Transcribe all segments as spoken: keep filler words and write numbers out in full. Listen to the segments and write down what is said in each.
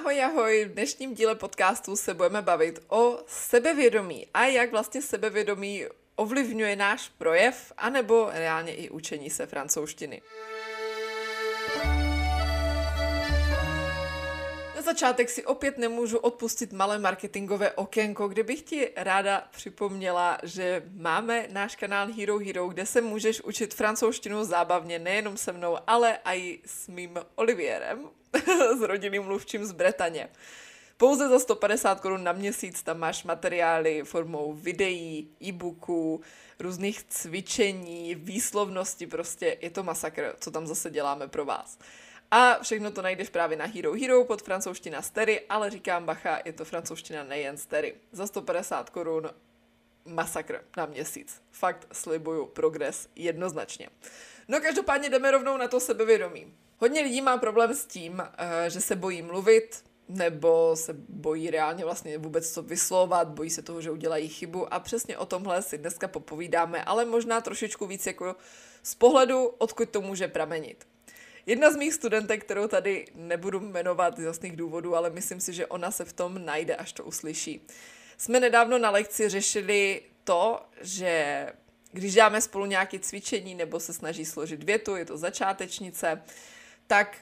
Ahoj, ahoj, v dnešním díle podcastu se budeme bavit o sebevědomí a jak vlastně sebevědomí ovlivňuje náš projev, anebo reálně i učení se francouzštiny. Na začátek si opět nemůžu odpustit malé marketingové okénko, kde bych ti ráda připomněla, že máme náš kanál Hero Hero, kde se můžeš učit francouzštinu zábavně nejenom se mnou, ale i s mým Olivierem, s rodinným mluvčím z Bretaně. Pouze za sto padesát korun na měsíc tam máš materiály formou videí, e-booků, různých cvičení, výslovnosti, prostě je to masakr, co tam zase děláme pro vás. A všechno to najdeš právě na Hero Hero pod francouzština s Terry, ale říkám bacha, je to francouzština nejen s Terry. Za sto padesát korun masakr na měsíc. Fakt slibuju progres jednoznačně. No každopádně jdeme rovnou na to sebevědomí. Hodně lidí má problém s tím, že se bojí mluvit, nebo se bojí reálně vlastně vůbec to vyslovovat, bojí se toho, že udělají chybu a přesně o tomhle si dneska popovídáme, ale možná trošičku víc jako z pohledu, odkud to může pramenit. Jedna z mých studentek, kterou tady nebudu jmenovat z jasných důvodů, ale myslím si, že ona se v tom najde, až to uslyší. Jsme nedávno na lekci řešili to, že když dáme spolu nějaké cvičení nebo se snaží složit větu, je to začátečnice, tak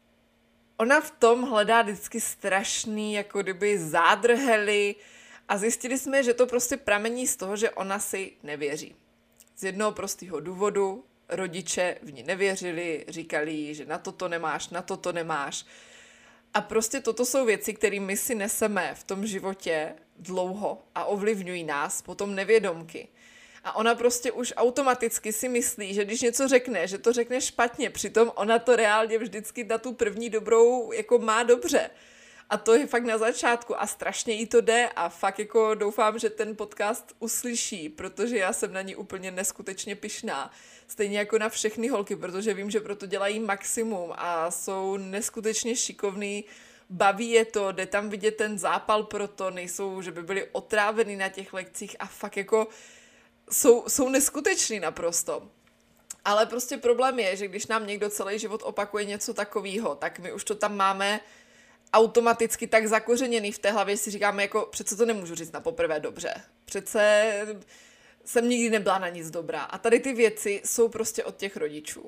ona v tom hledá vždycky strašný jako kdyby zádrhely a zjistili jsme, že to prostě pramení z toho, že ona si nevěří. Z jednoho prostého důvodu rodiče v ní nevěřili, říkali jí, že na toto nemáš, na toto nemáš. A prostě toto jsou věci, které my si neseme v tom životě dlouho a ovlivňují nás potom nevědomky. A ona prostě už automaticky si myslí, že když něco řekne, že to řekne špatně, přitom ona to reálně vždycky na tu první dobrou jako má dobře. A to je fakt na začátku a strašně jí to jde a fakt jako doufám, že ten podcast uslyší, protože já jsem na ní úplně neskutečně pyšná. Stejně jako na všechny holky, protože vím, že proto dělají maximum a jsou neskutečně šikovný, baví je to, jde tam vidět ten zápal pro to, nejsou, že by byli otrávený na těch lekcích a fakt jako jsou, jsou neskuteční naprosto. Ale prostě problém je, že když nám někdo celý život opakuje něco takového, tak my už to tam máme automaticky tak zakořeněný v té hlavě, si říkáme jako, přece to nemůžu říct na poprvé dobře. Přece jsem nikdy nebyla na nic dobrá. A tady ty věci jsou prostě od těch rodičů.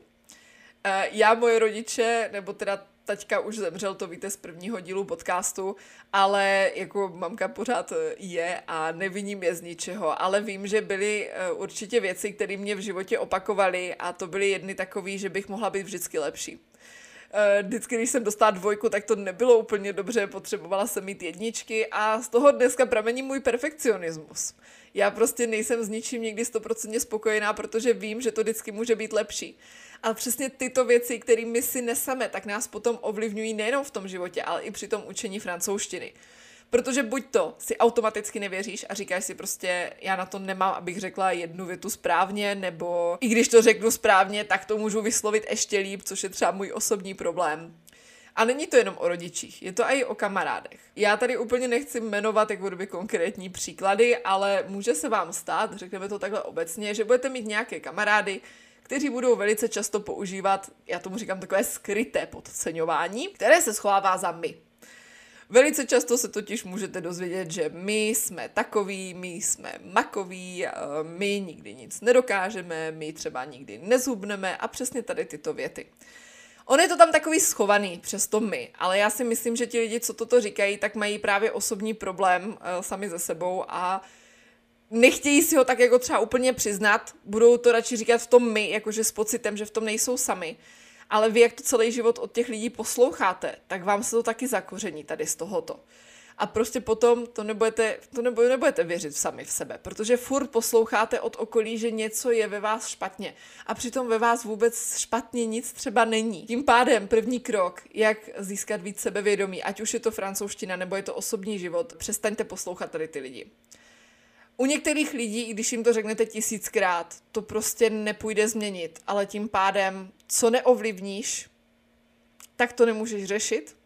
Já, moje rodiče, nebo teda taťka už zemřel, to víte z prvního dílu podcastu, ale jako mamka pořád je a neviním je z ničeho, ale vím, že byly určitě věci, které mě v životě opakovaly a to byly jedny takový, že bych mohla být vždycky lepší. Vždycky, když jsem dostala dvojku, tak to nebylo úplně dobře, potřebovala jsem mít jedničky a z toho dneska pramení můj perfekcionismus. Já prostě nejsem s ničím nikdy stoprocentně spokojená, protože vím, že to vždycky může být lepší. A přesně tyto věci, které my si neseme, tak nás potom ovlivňují nejenom v tom životě, ale i při tom učení francouzštiny. Protože buď to si automaticky nevěříš a říkáš si prostě, já na to nemám, abych řekla jednu větu správně, nebo i když to řeknu správně, tak to můžu vyslovit ještě líp, což je třeba můj osobní problém. A není to jenom o rodičích, je to i o kamarádech. Já tady úplně nechci jmenovat jako kdyby konkrétní příklady, ale může se vám stát, řekneme to takhle obecně, že budete mít nějaké kamarády, kteří budou velice často používat, já tomu říkám takové skryté podceňování, které se schovává za my. Velice často se totiž můžete dozvědět, že my jsme takoví, my jsme makoví, my nikdy nic nedokážeme, my třeba nikdy nezhubneme a přesně tady tyto věty. On je to tam takový schovaný, přesto my, ale já si myslím, že ti lidi, co toto říkají, tak mají právě osobní problém uh, sami ze sebou a nechtějí si ho tak jako třeba úplně přiznat, budou to radši říkat v tom my, jakože s pocitem, že v tom nejsou sami. Ale vy, jak to celý život od těch lidí posloucháte, tak vám se to taky zakoření tady z tohoto. A prostě potom to nebudete, to nebo, nebudete věřit sami v sebe, protože furt posloucháte od okolí, že něco je ve vás špatně. A přitom ve vás vůbec špatně nic třeba není. Tím pádem první krok, jak získat víc sebevědomí, ať už je to francouzština nebo je to osobní život, přestaňte poslouchat tady ty lidi. U některých lidí, i když jim to řeknete tisíckrát, to prostě nepůjde změnit, ale tím pádem, co neovlivníš, tak to nemůžeš řešit.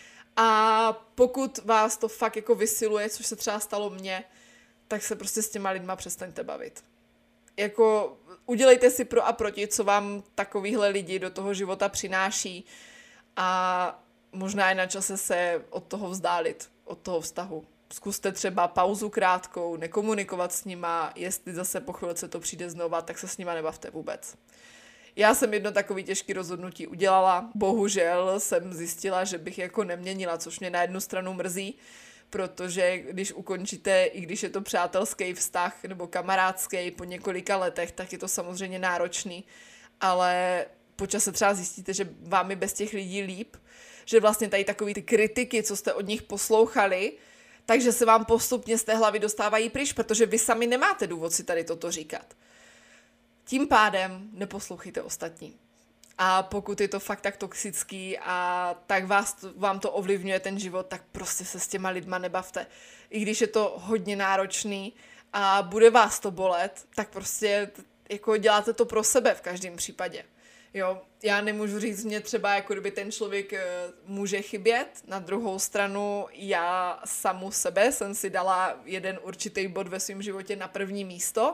A pokud vás to fakt jako vysiluje, což se třeba stalo mně, tak se prostě s těma lidma přestaňte bavit. Jako udělejte si pro a proti, co vám takovýhle lidi do toho života přináší a možná je na čase se od toho vzdálit, od toho vztahu. Zkuste třeba pauzu krátkou, nekomunikovat s nima, jestli zase po chvilce to přijde znova, tak se s nima nebavte vůbec. Já jsem jedno takový těžký rozhodnutí udělala, bohužel jsem zjistila, že bych jako neměnila, což mě na jednu stranu mrzí, protože když ukončíte, i když je to přátelský vztah nebo kamarádský po několika letech, tak je to samozřejmě náročný, ale po čase třeba zjistíte, že vám je bez těch lidí líp, že vlastně tady takový ty kritiky, co jste od nich poslouchali, takže se vám postupně z té hlavy dostávají pryč, protože vy sami nemáte důvod si tady toto říkat. Tím pádem neposlouchejte ostatní. A pokud je to fakt tak toxický a tak vás, vám to ovlivňuje ten život, tak prostě se s těma lidma nebavte. I když je to hodně náročný a bude vás to bolet, tak prostě jako děláte to pro sebe v každém případě. Jo, já nemůžu říct, mě třeba, jako kdyby ten člověk e, může chybět, na druhou stranu já samu sebe jsem si dala jeden určitý bod ve svém životě na první místo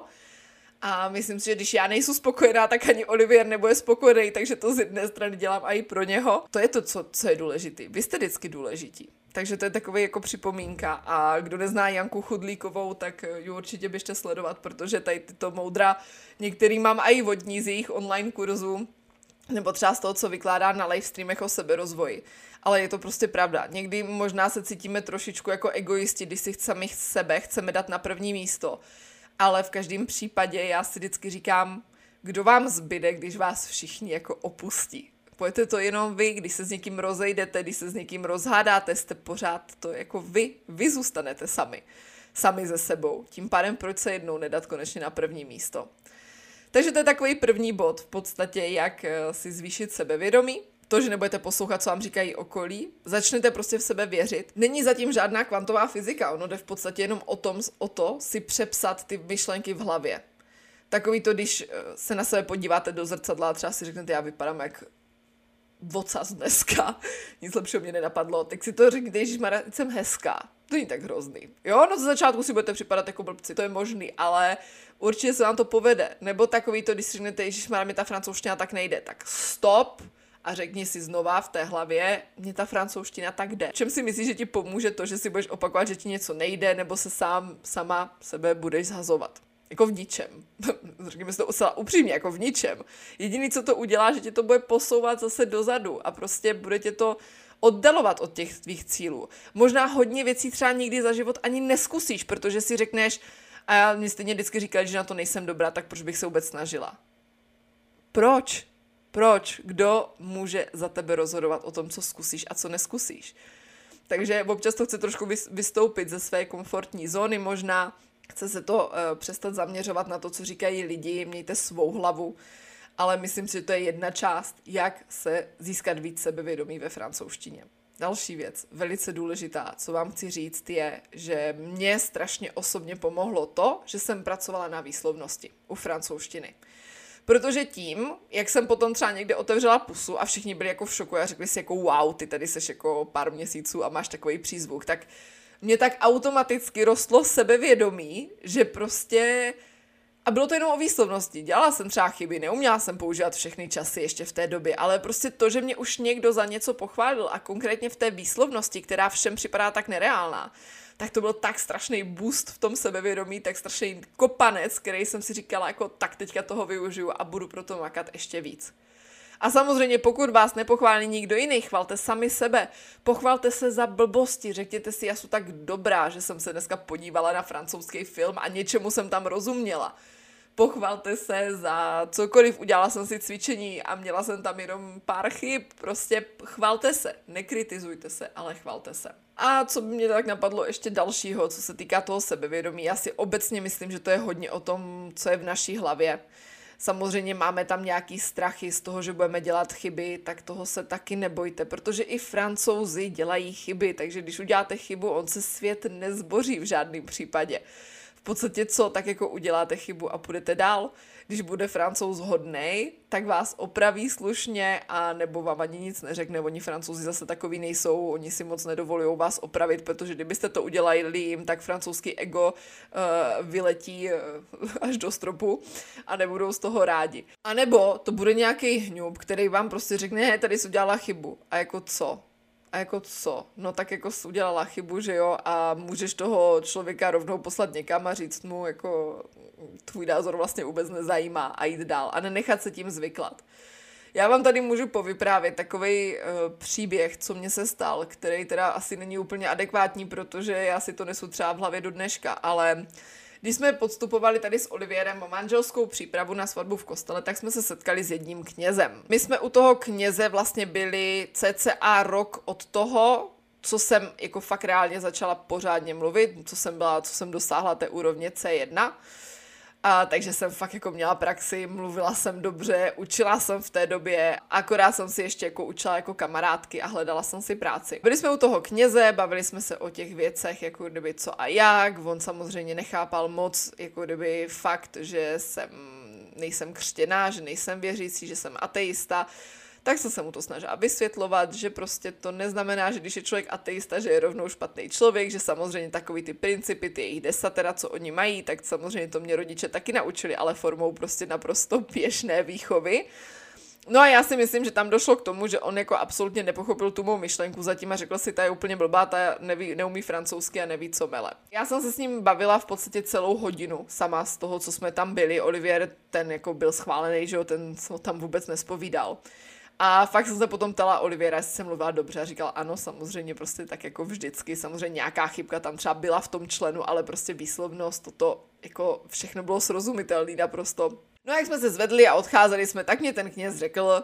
a myslím si, že když já nejsem spokojená, tak ani Olivier nebude spokojený, takže to z jedné strany dělám i pro něho. To je to, co, co je důležité. Vy jste vždycky důležití. Takže to je takový jako připomínka a kdo nezná Janku Chudlíkovou, tak ji určitě běžte sledovat, protože tady tyto moudra, některý mám i vodní z jejich online kurzu, nebo třeba z toho, co vykládá na live streamech o seberozvoji. Ale je to prostě pravda. Někdy možná se cítíme trošičku jako egoisti, když si sami sebe chceme dát na první místo. Ale v každém případě já si vždycky říkám, kdo vám zbyde, když vás všichni jako opustí. Pojďte to jenom vy, když se s někým rozejdete, když se s někým rozhádáte, jste pořád to jako vy, vy zůstanete sami. Sami ze sebou. Tím pádem proč se jednou nedat konečně na první místo. Takže to je takový první bod v podstatě, jak si zvýšit sebevědomí. To, že nebudete poslouchat, co vám říkají okolí. Začnete prostě v sebe věřit. Není zatím žádná kvantová fyzika, ono jde v podstatě jenom o, tom, o to si přepsat ty myšlenky v hlavě. Takový to, když se na sebe podíváte do zrcadla a třeba si řeknete, já vypadám jak vocas dneska, nic lepšího mě nenapadlo, tak si to řekněte, ježišmarja, jsem hezká. To není tak hrozný. Jo, no ze začátku si budete připadat jako blbci, to je možný, ale určitě se vám to povede. Nebo takový to, když si řeknete, ježišmarja, mi ta francouzština tak nejde, tak stop a řekni si znova v té hlavě, mě ta francouzština tak jde. Čem si myslíš, že ti pomůže to, že si budeš opakovat, že ti něco nejde, nebo se sám, sama sebe budeš zhazovat? Jako v ničem. Řekněme si to docela upřímně, jako v ničem. Jediný, co to udělá, že tě to bude posouvat zase dozadu a prostě bude tě to oddalovat od těch tvých cílů. Možná hodně věcí třeba nikdy za život ani neskusíš, protože si řekneš, a já mi stejně vždycky říkali, že na to nejsem dobrá, tak proč bych se vůbec snažila? Proč? Proč? Kdo může za tebe rozhodovat o tom, co zkusíš a co neskusíš? Takže občas to chce trošku vystoupit ze své komfortní zóny možná, chce se to uh, přestat zaměřovat na to, co říkají lidi, mějte svou hlavu, ale myslím si, že to je jedna část, jak se získat víc sebevědomí ve francouzštině. Další věc, velice důležitá, co vám chci říct, je, že mě strašně osobně pomohlo to, že jsem pracovala na výslovnosti u francouzštiny. Protože tím, jak jsem potom třeba někde otevřela pusu a všichni byli jako v šoku a řekli si jako wow, ty tady seš jako pár měsíců a máš takový přízvuk, tak mě tak automaticky rostlo sebevědomí, že prostě... A bylo to jenom o výslovnosti. Dělala jsem třeba chyby, neuměla jsem používat všechny časy ještě v té době, ale prostě to, že mě už někdo za něco pochválil a konkrétně v té výslovnosti, která všem připadá tak nereálná, tak to byl tak strašný boost v tom sebevědomí, tak strašný kopanec, který jsem si říkala, jako tak teďka toho využiju a budu pro to makat ještě víc. A samozřejmě, pokud vás nepochválí nikdo jiný, chvalte sami sebe. Pochvalte se za blbosti, řekněte si, já jsem tak dobrá, že jsem se dneska podívala na francouzský film a něčemu jsem tam rozuměla. Pochvalte se za cokoliv, udělala jsem si cvičení a měla jsem tam jenom pár chyb, prostě chvalte se, nekritizujte se, ale chvalte se. A co by mě tak napadlo ještě dalšího, co se týká toho sebevědomí, já si obecně myslím, že to je hodně o tom, co je v naší hlavě. Samozřejmě máme tam nějaký strachy z toho, že budeme dělat chyby, tak toho se taky nebojte, protože i Francouzi dělají chyby, takže když uděláte chybu, on se svět nezboří v žádném případě. V podstatě co, tak jako uděláte chybu a půjdete dál. Když bude Francouz hodnej, tak vás opraví slušně a nebo vám ani nic neřekne. Oni Francouzi zase takový nejsou, oni si moc nedovolují vás opravit, protože kdybyste to udělali jim, tak francouzský ego uh, vyletí uh, až do stropu a nebudou z toho rádi. A nebo to bude nějaký hňub, který vám prostě řekne, hej, tady jsi udělala chybu. A jako co? A jako co? No tak jako jsi udělala chybu, že jo, a můžeš toho člověka rovnou poslat někam a říct mu, jako tvůj názor vlastně vůbec nezajímá a jít dál a nenechat se tím zvyklat. Já vám tady můžu povyprávět takovej uh, příběh, co mně se stal, který teda asi není úplně adekvátní, protože já si to nesu třeba v hlavě do dneška, ale když jsme podstupovali tady s Olivierem manželskou přípravu na svatbu v kostele, tak jsme se setkali s jedním knězem. My jsme u toho kněze vlastně byli cca rok od toho, co jsem jako fakt reálně začala pořádně mluvit, co jsem byla, co jsem dosáhla té úrovně C jedna. A takže jsem fakt jako měla praxi, mluvila jsem dobře, učila jsem v té době, akorát jsem si ještě jako učila jako kamarádky a hledala jsem si práci. Byli jsme u toho kněze, bavili jsme se o těch věcech, jako kdyby co a jak, on samozřejmě nechápal moc, jako kdyby fakt, že jsem, nejsem křtěná, že nejsem věřící, že jsem ateista. Tak jsem se mu to snažila vysvětlovat, že prostě to neznamená, že když je člověk ateista, že je rovnou špatný člověk, že samozřejmě takový ty principy, ty jejich desatera, co oni mají, tak samozřejmě to mě rodiče taky naučili, ale formou prostě naprosto běžné výchovy. No a já si myslím, že tam došlo k tomu, že on jako absolutně nepochopil tu mou myšlenku zatím a řekl si, ta je úplně blbá, ta neví, neumí francouzsky a neví, co mele. Já jsem se s ním bavila v podstatě celou hodinu sama z toho, co jsme tam byli. Olivier, ten jako byl schválený, že jo, ten se tam vůbec nespovídal. A fakt jsem se potom ptala Oliviera, jestli jsem mluvila dobře a říkala ano, samozřejmě prostě tak jako vždycky, samozřejmě nějaká chybka tam třeba byla v tom členu, ale prostě výslovnost, toto jako všechno bylo srozumitelné naprosto. No a jak jsme se zvedli a odcházeli jsme, tak mě ten kněz řekl,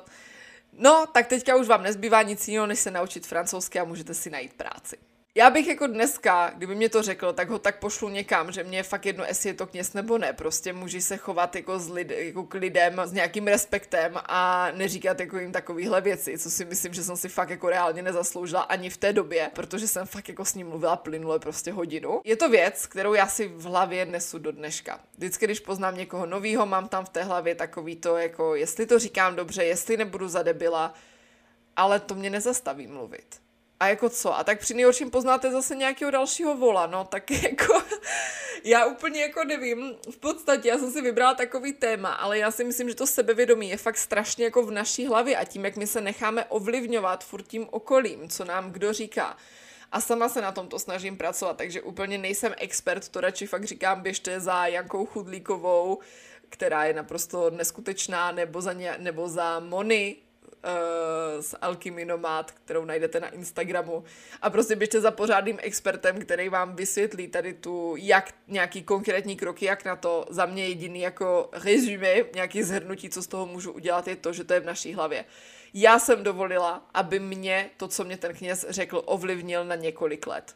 no tak teďka už vám nezbývá nic jiného, než se naučit francouzsky a můžete si najít práci. Já bych jako dneska, kdyby mě to řekl, tak ho tak pošlu někam, že mě je fakt jedno, jestli je to kněz nebo ne. Prostě můžeš se chovat jako, s lid, jako k lidem s nějakým respektem a neříkat jako jim takovýhle věci, co si myslím, že jsem si fakt jako reálně nezasloužila ani v té době, protože jsem fakt jako s ním mluvila plynule prostě hodinu. Je to věc, kterou já si v hlavě nesu do dneška. Vždycky, když poznám někoho novýho, mám tam v té hlavě takový to, jako jestli to říkám dobře, jestli nebudu za debila, ale to mě nezastaví mluvit. A jako co? A tak při nejhorším poznáte zase nějakého dalšího vola, no tak jako já úplně jako nevím, v podstatě já jsem si vybrala takový téma, ale já si myslím, že to sebevědomí je fakt strašně jako v naší hlavě a tím, jak my se necháme ovlivňovat furt tím okolím, co nám kdo říká. A sama se na tomto snažím pracovat, takže úplně nejsem expert, to radši fakt říkám, běžte za Jankou Chudlíkovou, která je naprosto neskutečná, nebo za, ně, nebo za Moni, z Alchemy Nomad, kterou najdete na Instagramu a prostě běžte za pořádným expertem, který vám vysvětlí tady tu, jak nějaký konkrétní kroky, jak na to. Za mě jediný jako resumé, nějaký zhrnutí, co z toho můžu udělat, je to, že to je v naší hlavě. Já jsem dovolila, aby mě to, co mě ten kněz řekl, ovlivnil na několik let.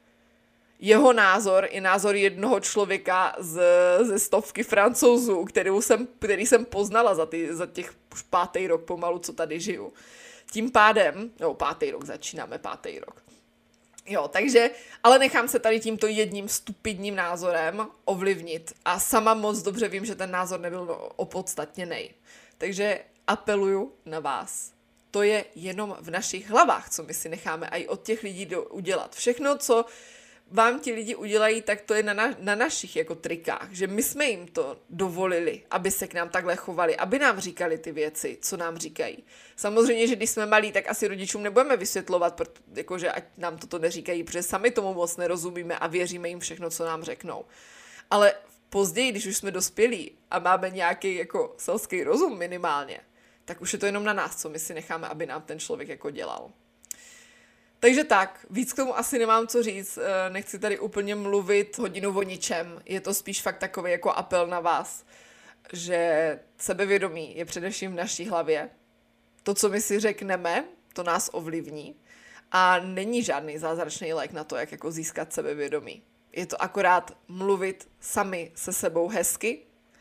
Jeho názor i názor jednoho člověka z, ze stovky Francouzů, kterou jsem, který jsem poznala za, ty, za těch už pátý rok pomalu, co tady žiju. Tím pádem, no pátý rok, začínáme pátý rok. Jo, takže, ale nechám se tady tímto jedním stupidním názorem ovlivnit a sama moc dobře vím, že ten názor nebyl opodstatněnej. Takže apeluju na vás. To je jenom v našich hlavách, co my si necháme i od těch lidí do, udělat. Všechno, co vám ti lidi udělají, tak to je na, na, na našich jako trikách, že my jsme jim to dovolili, aby se k nám takhle chovali, aby nám říkali ty věci, co nám říkají. Samozřejmě, že když jsme malí, tak asi rodičům nebudeme vysvětlovat, proto, jakože ať nám toto neříkají, protože sami tomu moc nerozumíme a věříme jim všechno, co nám řeknou. Ale později, když už jsme dospělí a máme nějaký jako selský rozum minimálně, tak už je to jenom na nás, co my si necháme, aby nám ten člověk jako dělal. Takže tak, víc k tomu asi nemám co říct, nechci tady úplně mluvit hodinu o ničem, je to spíš fakt takový jako apel na vás, že sebevědomí je především v naší hlavě. To, co my si řekneme, to nás ovlivní a není žádný zázračný lék na to, jak jako získat sebevědomí. Je to akorát mluvit sami se sebou hezky,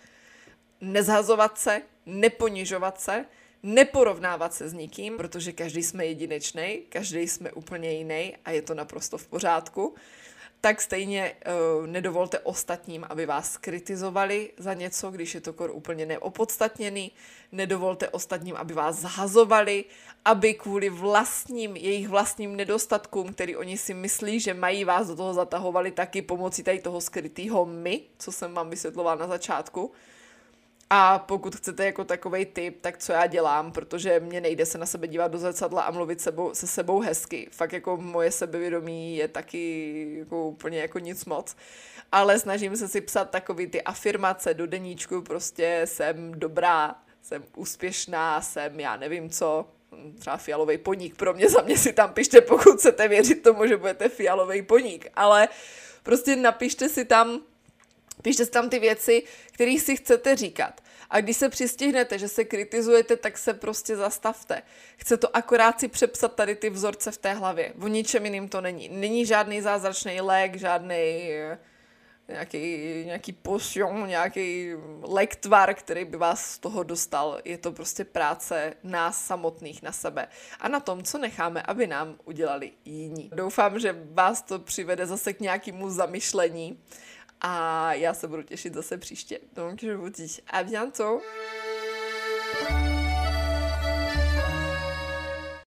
nezhazovat se, neponižovat se, neporovnávat se s nikým, protože každý jsme jedinečný, každý jsme úplně jiný a je to naprosto v pořádku, tak stejně uh, nedovolte ostatním, aby vás kritizovali za něco, když je to kor úplně neopodstatněný, nedovolte ostatním, aby vás zhazovali, aby kvůli vlastním, jejich vlastním nedostatkům, který oni si myslí, že mají, vás do toho zatahovali taky pomocí tady toho skrytého my, co jsem vám vysvětlovala na začátku. A pokud chcete jako takovej tip, tak co já dělám, protože mě nejde se na sebe dívat do zrcadla a mluvit sebou, se sebou hezky. Fakt jako moje sebevědomí je taky jako úplně jako nic moc. Ale snažím se si psat takový ty afirmace do deníčku, prostě jsem dobrá, jsem úspěšná, jsem já nevím co, třeba fialový poník pro mě, za mě si tam pište, pokud chcete věřit tomu, že budete fialový poník, ale prostě napište si tam, pište si tam ty věci, které si chcete říkat. A když se přistihnete, že se kritizujete, tak se prostě zastavte. Chce to akorát si přepsat tady ty vzorce v té hlavě. O ničem jiným to není. Není žádný zázračný lék, žádný nějaký, nějaký potion, nějaký lektvar, který by vás z toho dostal. Je to prostě práce nás samotných na sebe a na tom, co necháme, aby nám udělali jiní. Doufám, že vás to přivede zase k nějakému zamyšlení a já se budu těšit zase příště. Donc je vous dis à bientôt.